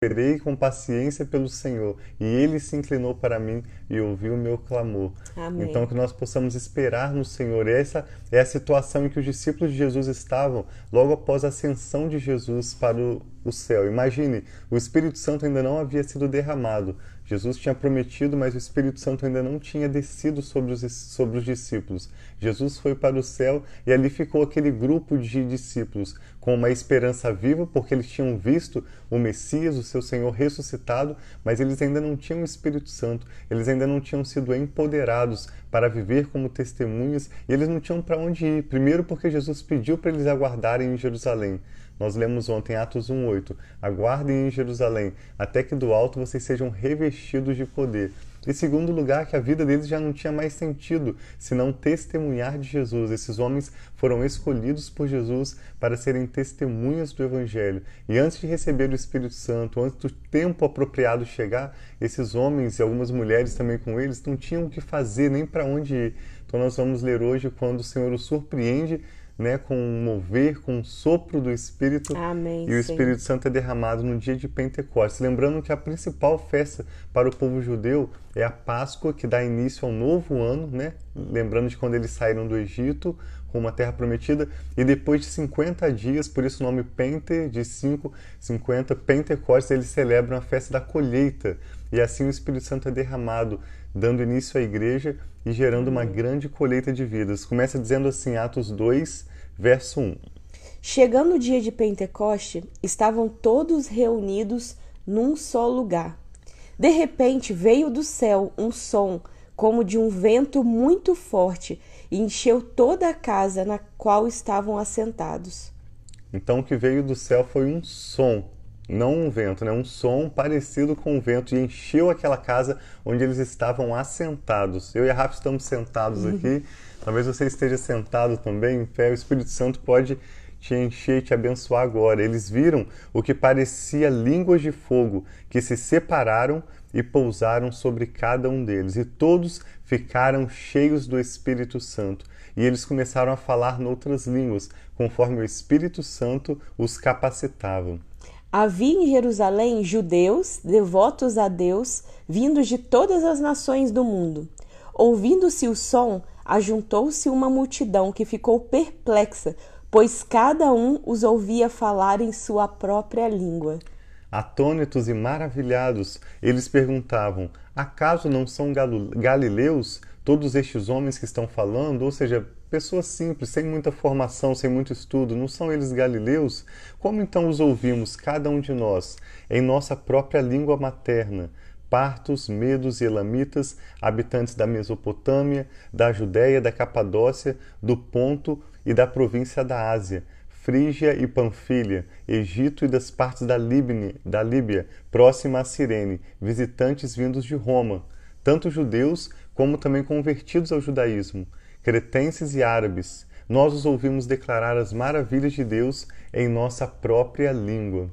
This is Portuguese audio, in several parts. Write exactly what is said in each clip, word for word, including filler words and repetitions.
Esperei com paciência pelo Senhor, e Ele se inclinou para mim e ouviu o meu clamor. Então, Amém. que nós possamos esperar no Senhor. Essa é a situação em que os discípulos de Jesus estavam logo após a ascensão de Jesus para o, o céu. Imagine, o Espírito Santo ainda não havia sido derramado. Jesus tinha prometido, mas o Espírito Santo ainda não tinha descido sobre os, sobre os discípulos. Jesus foi para o céu e ali ficou aquele grupo de discípulos com uma esperança viva, porque eles tinham visto o Messias, o seu Senhor ressuscitado, mas eles ainda não tinham o Espírito Santo, eles ainda não tinham sido empoderados para viver como testemunhas e eles não tinham para onde ir. Primeiro porque Jesus pediu para eles aguardarem em Jerusalém. Nós lemos ontem Atos um, oito. Aguardem em Jerusalém, até que do alto vocês sejam revestidos de poder. Em segundo lugar, que a vida deles já não tinha mais sentido, senão testemunhar de Jesus. Esses homens foram escolhidos por Jesus para serem testemunhas do Evangelho. E antes de receber o Espírito Santo, antes do tempo apropriado chegar, esses homens e algumas mulheres também com eles não tinham o que fazer, nem para onde ir. Então nós vamos ler hoje quando o Senhor os surpreende, né, com um mover, com um sopro do Espírito, Amém, e o Senhor. Espírito Santo é derramado no dia de Pentecostes. Lembrando que a principal festa para o povo judeu é a Páscoa, que dá início ao novo ano, né? Lembrando de quando eles saíram do Egito rumo à Terra Prometida, e depois de cinquenta dias, por isso o nome Pente, de cinco, cinquenta, Pentecostes, eles celebram a festa da colheita, e assim o Espírito Santo é derramado, dando início à igreja e gerando uma Amém. grande colheita de vidas. Começa dizendo assim, Atos dois, verso um. Chegando o dia de Pentecoste, estavam todos reunidos num só lugar. De repente veio do céu um som como de um vento muito forte e encheu toda a casa na qual estavam assentados. Então o que veio do céu foi um som, não um vento, né? Um som parecido com um vento, e encheu aquela casa onde eles estavam assentados. Eu e a Rafa estamos sentados aqui, talvez você esteja sentado também em pé. O Espírito Santo pode te encher e te abençoar agora. Eles viram o que parecia línguas de fogo, que se separaram e pousaram sobre cada um deles. E todos ficaram cheios do Espírito Santo. E eles começaram a falar noutras línguas, conforme o Espírito Santo os capacitava. Havia em Jerusalém judeus, devotos a Deus, vindos de todas as nações do mundo. Ouvindo-se o som, ajuntou-se uma multidão que ficou perplexa, pois cada um os ouvia falar em sua própria língua. Atônitos e maravilhados, eles perguntavam: acaso não são galileus todos estes homens que estão falando? Ou seja, pessoas simples, sem muita formação, sem muito estudo, não são eles galileus? Como então os ouvimos, cada um de nós, em nossa própria língua materna? Partos, medos e elamitas, habitantes da Mesopotâmia, da Judéia, da Capadócia, do Ponto e da província da Ásia, Frígia e Panfilha, Egito e das partes da, Líbine, da Líbia, próxima a Cirene, visitantes vindos de Roma, tanto judeus como também convertidos ao judaísmo, cretenses e árabes. Nós os ouvimos declarar as maravilhas de Deus em nossa própria língua.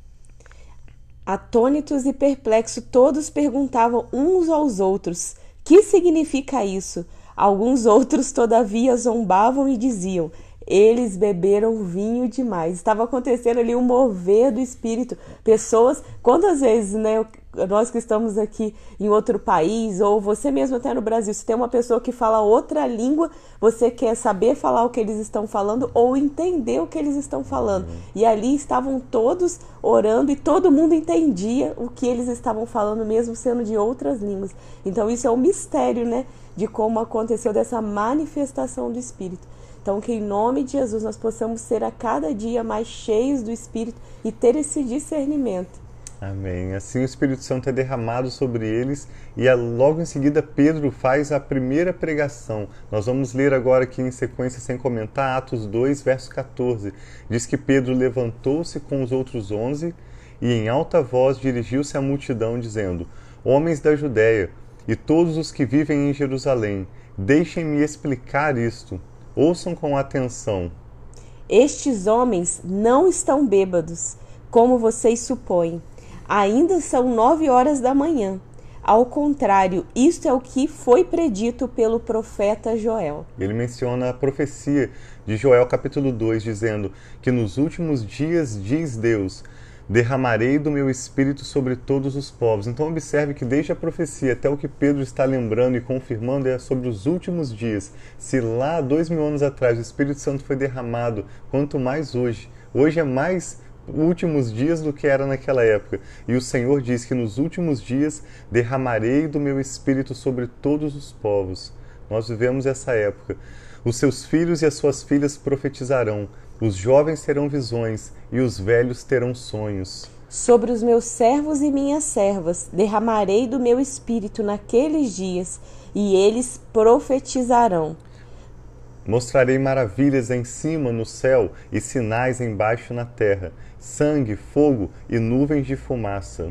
Atônitos e perplexos, todos perguntavam uns aos outros: que significa isso? Alguns outros, todavia, zombavam e diziam: eles beberam vinho demais. Estava acontecendo ali um mover do Espírito. Pessoas, quantas vezes, né, nós que estamos aqui em outro país, ou você mesmo até no Brasil, se tem uma pessoa que fala outra língua, você quer saber falar o que eles estão falando ou entender o que eles estão falando. E ali estavam todos orando e todo mundo entendia o que eles estavam falando, mesmo sendo de outras línguas. Então isso é um mistério, né, de como aconteceu dessa manifestação do Espírito. Então, que em nome de Jesus nós possamos ser a cada dia mais cheios do Espírito e ter esse discernimento. Amém. Assim o Espírito Santo é derramado sobre eles e logo em seguida Pedro faz a primeira pregação. Nós vamos ler agora aqui em sequência, sem comentar, Atos dois, verso quatorze. Diz que Pedro levantou-se com os outros onze e em alta voz dirigiu-se à multidão, dizendo: homens da Judéia e todos os que vivem em Jerusalém, deixem-me explicar isto. Ouçam com atenção. Estes homens não estão bêbados, como vocês supõem. Ainda são nove horas da manhã. Ao contrário, isto é o que foi predito pelo profeta Joel. Ele menciona a profecia de Joel capítulo dois, dizendo que nos últimos dias, diz Deus, derramarei do meu espírito sobre todos os povos. Então observe que desde a profecia até o que Pedro está lembrando e confirmando é sobre os últimos dias. Se lá dois mil anos atrás o Espírito Santo foi derramado, quanto mais hoje. Hoje é mais últimos dias do que era naquela época. E o Senhor diz que nos últimos dias derramarei do meu espírito sobre todos os povos. Nós vivemos essa época. Os seus filhos e as suas filhas profetizarão. Os jovens terão visões e os velhos terão sonhos. Sobre os meus servos e minhas servas derramarei do meu espírito naqueles dias, e eles profetizarão. Mostrarei maravilhas em cima no céu e sinais embaixo na terra, sangue, fogo e nuvens de fumaça.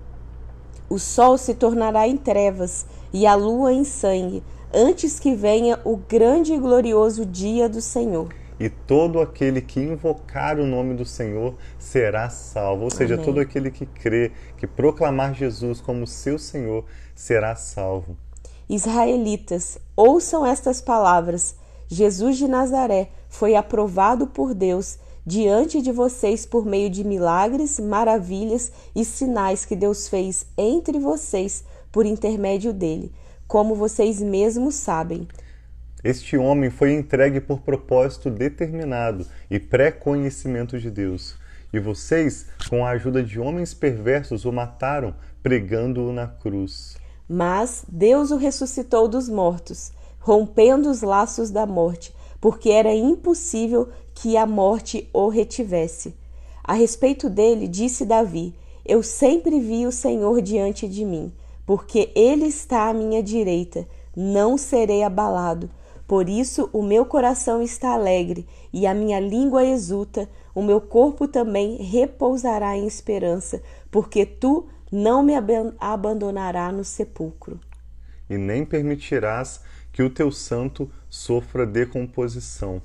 O sol se tornará em trevas e a lua em sangue, antes que venha o grande e glorioso dia do Senhor. E todo aquele que invocar o nome do Senhor será salvo. Ou seja, Amém. Todo aquele que crê, que proclamar Jesus como seu Senhor, será salvo. Israelitas, ouçam estas palavras. Jesus de Nazaré foi aprovado por Deus diante de vocês por meio de milagres, maravilhas e sinais que Deus fez entre vocês por intermédio dele, como vocês mesmos sabem. Este homem foi entregue por propósito determinado e pré-conhecimento de Deus. E vocês, com a ajuda de homens perversos, o mataram, pregando-o na cruz. Mas Deus o ressuscitou dos mortos, rompendo os laços da morte, porque era impossível que a morte o retivesse. A respeito dele, disse Davi: Eu sempre vi o Senhor diante de mim, porque ele está à minha direita, não serei abalado. Por isso o meu coração está alegre e a minha língua exulta, o meu corpo também repousará em esperança, porque tu não me abandonarás no sepulcro. E nem permitirás que o teu santo sofra decomposição.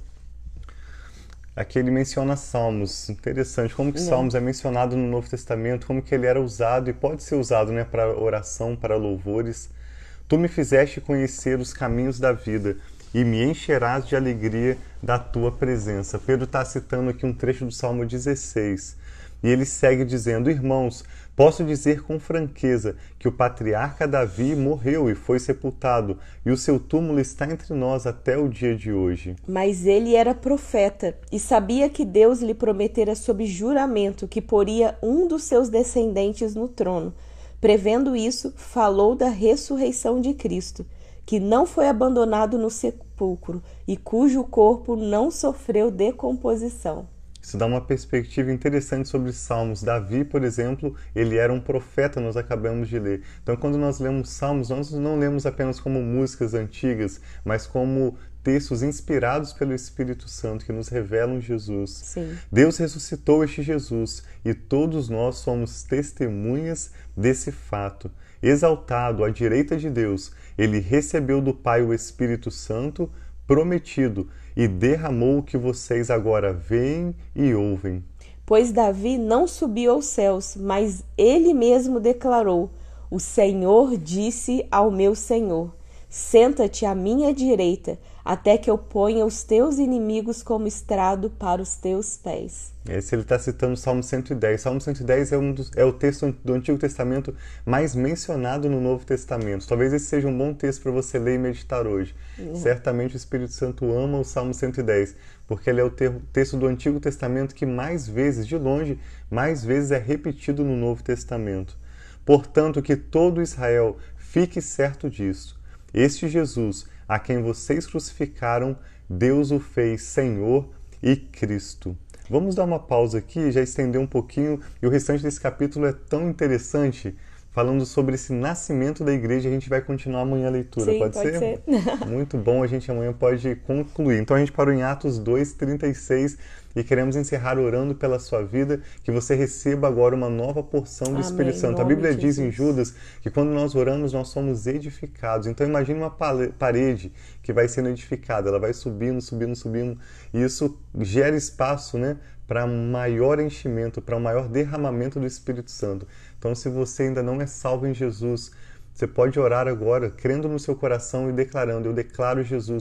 Aqui ele menciona Salmos. Interessante, como que Não. Salmos é mencionado no Novo Testamento, como que ele era usado e pode ser usado, né, para oração, para louvores. Tu me fizeste conhecer os caminhos da vida e me encherás de alegria da tua presença. Pedro está citando aqui um trecho do Salmo dezesseis. E ele segue dizendo: Irmãos, posso dizer com franqueza que o patriarca Davi morreu e foi sepultado, e o seu túmulo está entre nós até o dia de hoje. Mas ele era profeta e sabia que Deus lhe prometera sob juramento que poria um dos seus descendentes no trono. Prevendo isso, falou da ressurreição de Cristo, que não foi abandonado no sepulcro e cujo corpo não sofreu decomposição. Isso dá uma perspectiva interessante sobre Salmos. Davi, por exemplo, ele era um profeta, nós acabamos de ler. Então, quando nós lemos Salmos, nós não lemos apenas como músicas antigas, mas como textos inspirados pelo Espírito Santo que nos revelam Jesus. Sim. Deus ressuscitou este Jesus e todos nós somos testemunhas desse fato. Exaltado à direita de Deus, ele recebeu do Pai o Espírito Santo prometido e derramou o que vocês agora veem e ouvem. Pois Davi não subiu aos céus, mas ele mesmo declarou: O Senhor disse ao meu Senhor: Senta-te à minha direita, até que eu ponha os teus inimigos como estrado para os teus pés. Esse ele está citando o Salmo cento e dez. Salmo cento e dez é, um dos, é o texto do Antigo Testamento mais mencionado no Novo Testamento. Talvez esse seja um bom texto para você ler e meditar hoje. Uhum. Certamente o Espírito Santo ama o Salmo cento e dez, porque ele é o ter, texto do Antigo Testamento que mais vezes, de longe, mais vezes é repetido no Novo Testamento. Portanto, que todo Israel fique certo disso. Este Jesus, a quem vocês crucificaram, Deus o fez Senhor e Cristo. Vamos dar uma pausa aqui, já estender um pouquinho, e o restante desse capítulo é tão interessante, falando sobre esse nascimento da igreja. A gente vai continuar amanhã a leitura, Sim, pode, pode ser? ser. Muito bom, a gente amanhã pode concluir. Então a gente parou em Atos dois, trinta e seis, e queremos encerrar orando pela sua vida, que você receba agora uma nova porção do Amém. Espírito Santo. A Nome Bíblia de diz em Jesus. Judas que quando nós oramos, nós somos edificados. Então imagine uma parede que vai sendo edificada, ela vai subindo, subindo, subindo, e isso gera espaço, né, para um maior enchimento, para um maior derramamento do Espírito Santo. Então, se você ainda não é salvo em Jesus, você pode orar agora, crendo no seu coração e declarando: eu declaro Jesus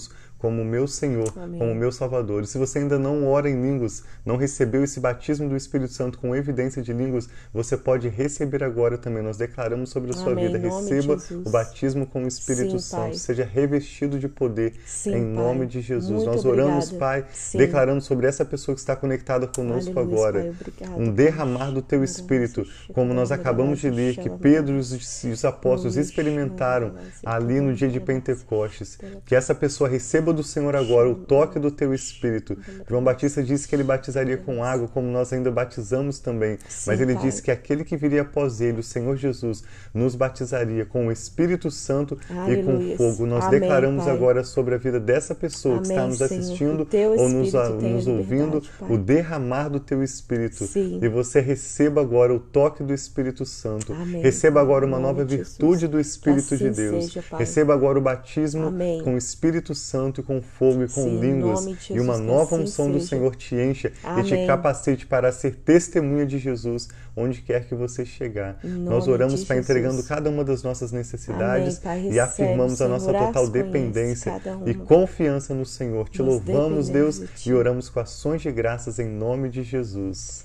como meu Senhor, Amém. como meu Salvador. E se você ainda não ora em línguas, não recebeu esse batismo do Espírito Santo com evidência de línguas, você pode receber agora também. Nós declaramos sobre a sua Amém. vida. Em nome Receba de Jesus. o batismo com o Espírito Sim, Santo. Pai. Seja revestido de poder. Sim, em Pai. nome de Jesus. Muito Nós oramos, obrigada. Pai, Sim. declarando sobre essa pessoa que está conectada conosco Aleluia, agora. Pai, obrigada, Um derramar do Teu Espírito, como nós acabamos de ler, que Pedro e os, os apóstolos experimentaram ali no dia de Pentecostes. Que essa pessoa receba do Senhor agora o toque do Teu Espírito. João Batista disse que ele batizaria com água, como nós ainda batizamos também. Sim, Mas ele Pai. disse que aquele que viria após ele, o Senhor Jesus, nos batizaria com o Espírito Santo Aleluia. e com fogo. Nós Amém, declaramos Pai. agora sobre a vida dessa pessoa que Amém, está nos Senhor. assistindo Que Teu ou nos, Espírito tenha nos ouvindo, liberdade, Pai. o derramar do Teu Espírito. Sim. E você receba agora o toque do Espírito Santo. Amém. Receba agora uma Em nova nome de virtude Jesus. do Espírito Que de assim Deus. seja, Pai. Receba agora o batismo Amém. com o Espírito Santo e com fogo e com Sim, em línguas. nome de E uma Jesus, que nova assim unção do seja. Senhor te encha e te Amém. capacite para ser testemunha de Jesus onde quer que você chegar. Em Nós nome oramos, de Pai, Jesus. entregando cada uma das nossas necessidades Amém, Pai. e Recebe, afirmamos a nossa Senhor, as total conheces, dependência cada uma. e confiança no Senhor. Te Nós louvamos, Deus, dependemos de Ti. e oramos com ações de graças em nome de Jesus.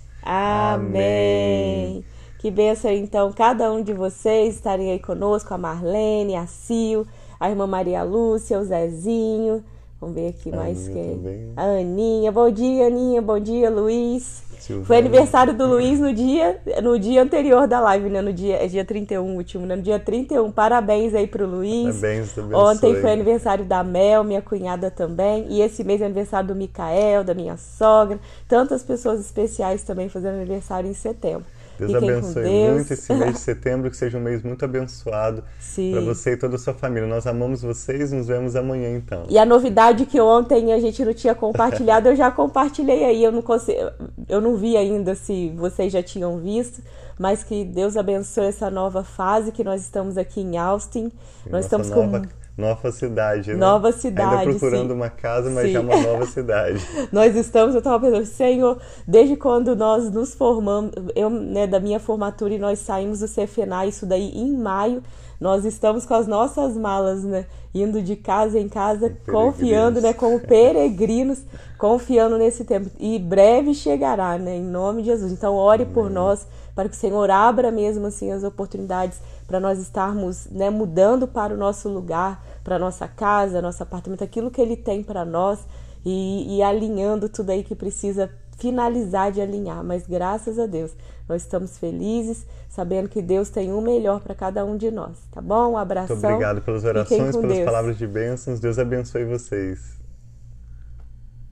Amém. Que bênção, então, cada um de vocês estarem aí conosco, a Marlene, a Sil, a irmã Maria Lúcia, o Zezinho. Vamos ver aqui A mais Aninha quem. também. A Aninha. Bom dia, Aninha. Bom dia, Luiz. Silvana. Foi aniversário do Luiz no dia, no dia anterior da live, né? No dia, é dia trinta e um, último, né? No dia trinta e um. Parabéns aí pro Luiz. Parabéns, Deus Ontem abençoe. foi aniversário da Mel, minha cunhada também. E esse mês é aniversário do Micael, da minha sogra. Tantas pessoas especiais também fazendo aniversário em setembro. Deus Fiquem abençoe com Deus. muito esse mês de setembro, que seja um mês muito abençoado Sim. para você e toda a sua família. Nós amamos vocês, nos vemos amanhã então. E a novidade que ontem a gente não tinha compartilhado, eu já compartilhei aí. Eu não, consigo, eu não vi ainda se vocês já tinham visto, mas que Deus abençoe essa nova fase que nós estamos aqui em Austin. E Nós nossa estamos nova, com nova cidade, né? Nova cidade, Ainda procurando sim. uma casa, mas Sim. já uma nova cidade. Nós estamos, eu estava pensando, Senhor, desde quando nós nos formamos, eu, né, da minha formatura e nós saímos do C F N A, isso daí em maio, nós estamos com as nossas malas, né, indo de casa em casa, confiando, né, como peregrinos, confiando nesse tempo. E breve chegará, né, em nome de Jesus. Então, ore Amém. por nós, para que o Senhor abra mesmo assim as oportunidades para nós estarmos, né, mudando para o nosso lugar, para a nossa casa, nosso apartamento, aquilo que Ele tem para nós e, e alinhando tudo aí que precisa finalizar de alinhar. Mas graças a Deus, nós estamos felizes, sabendo que Deus tem o melhor para cada um de nós, tá bom? Um abração. Muito obrigado pelas Fiquem orações, com pelas Deus. palavras de bênçãos. Deus abençoe vocês.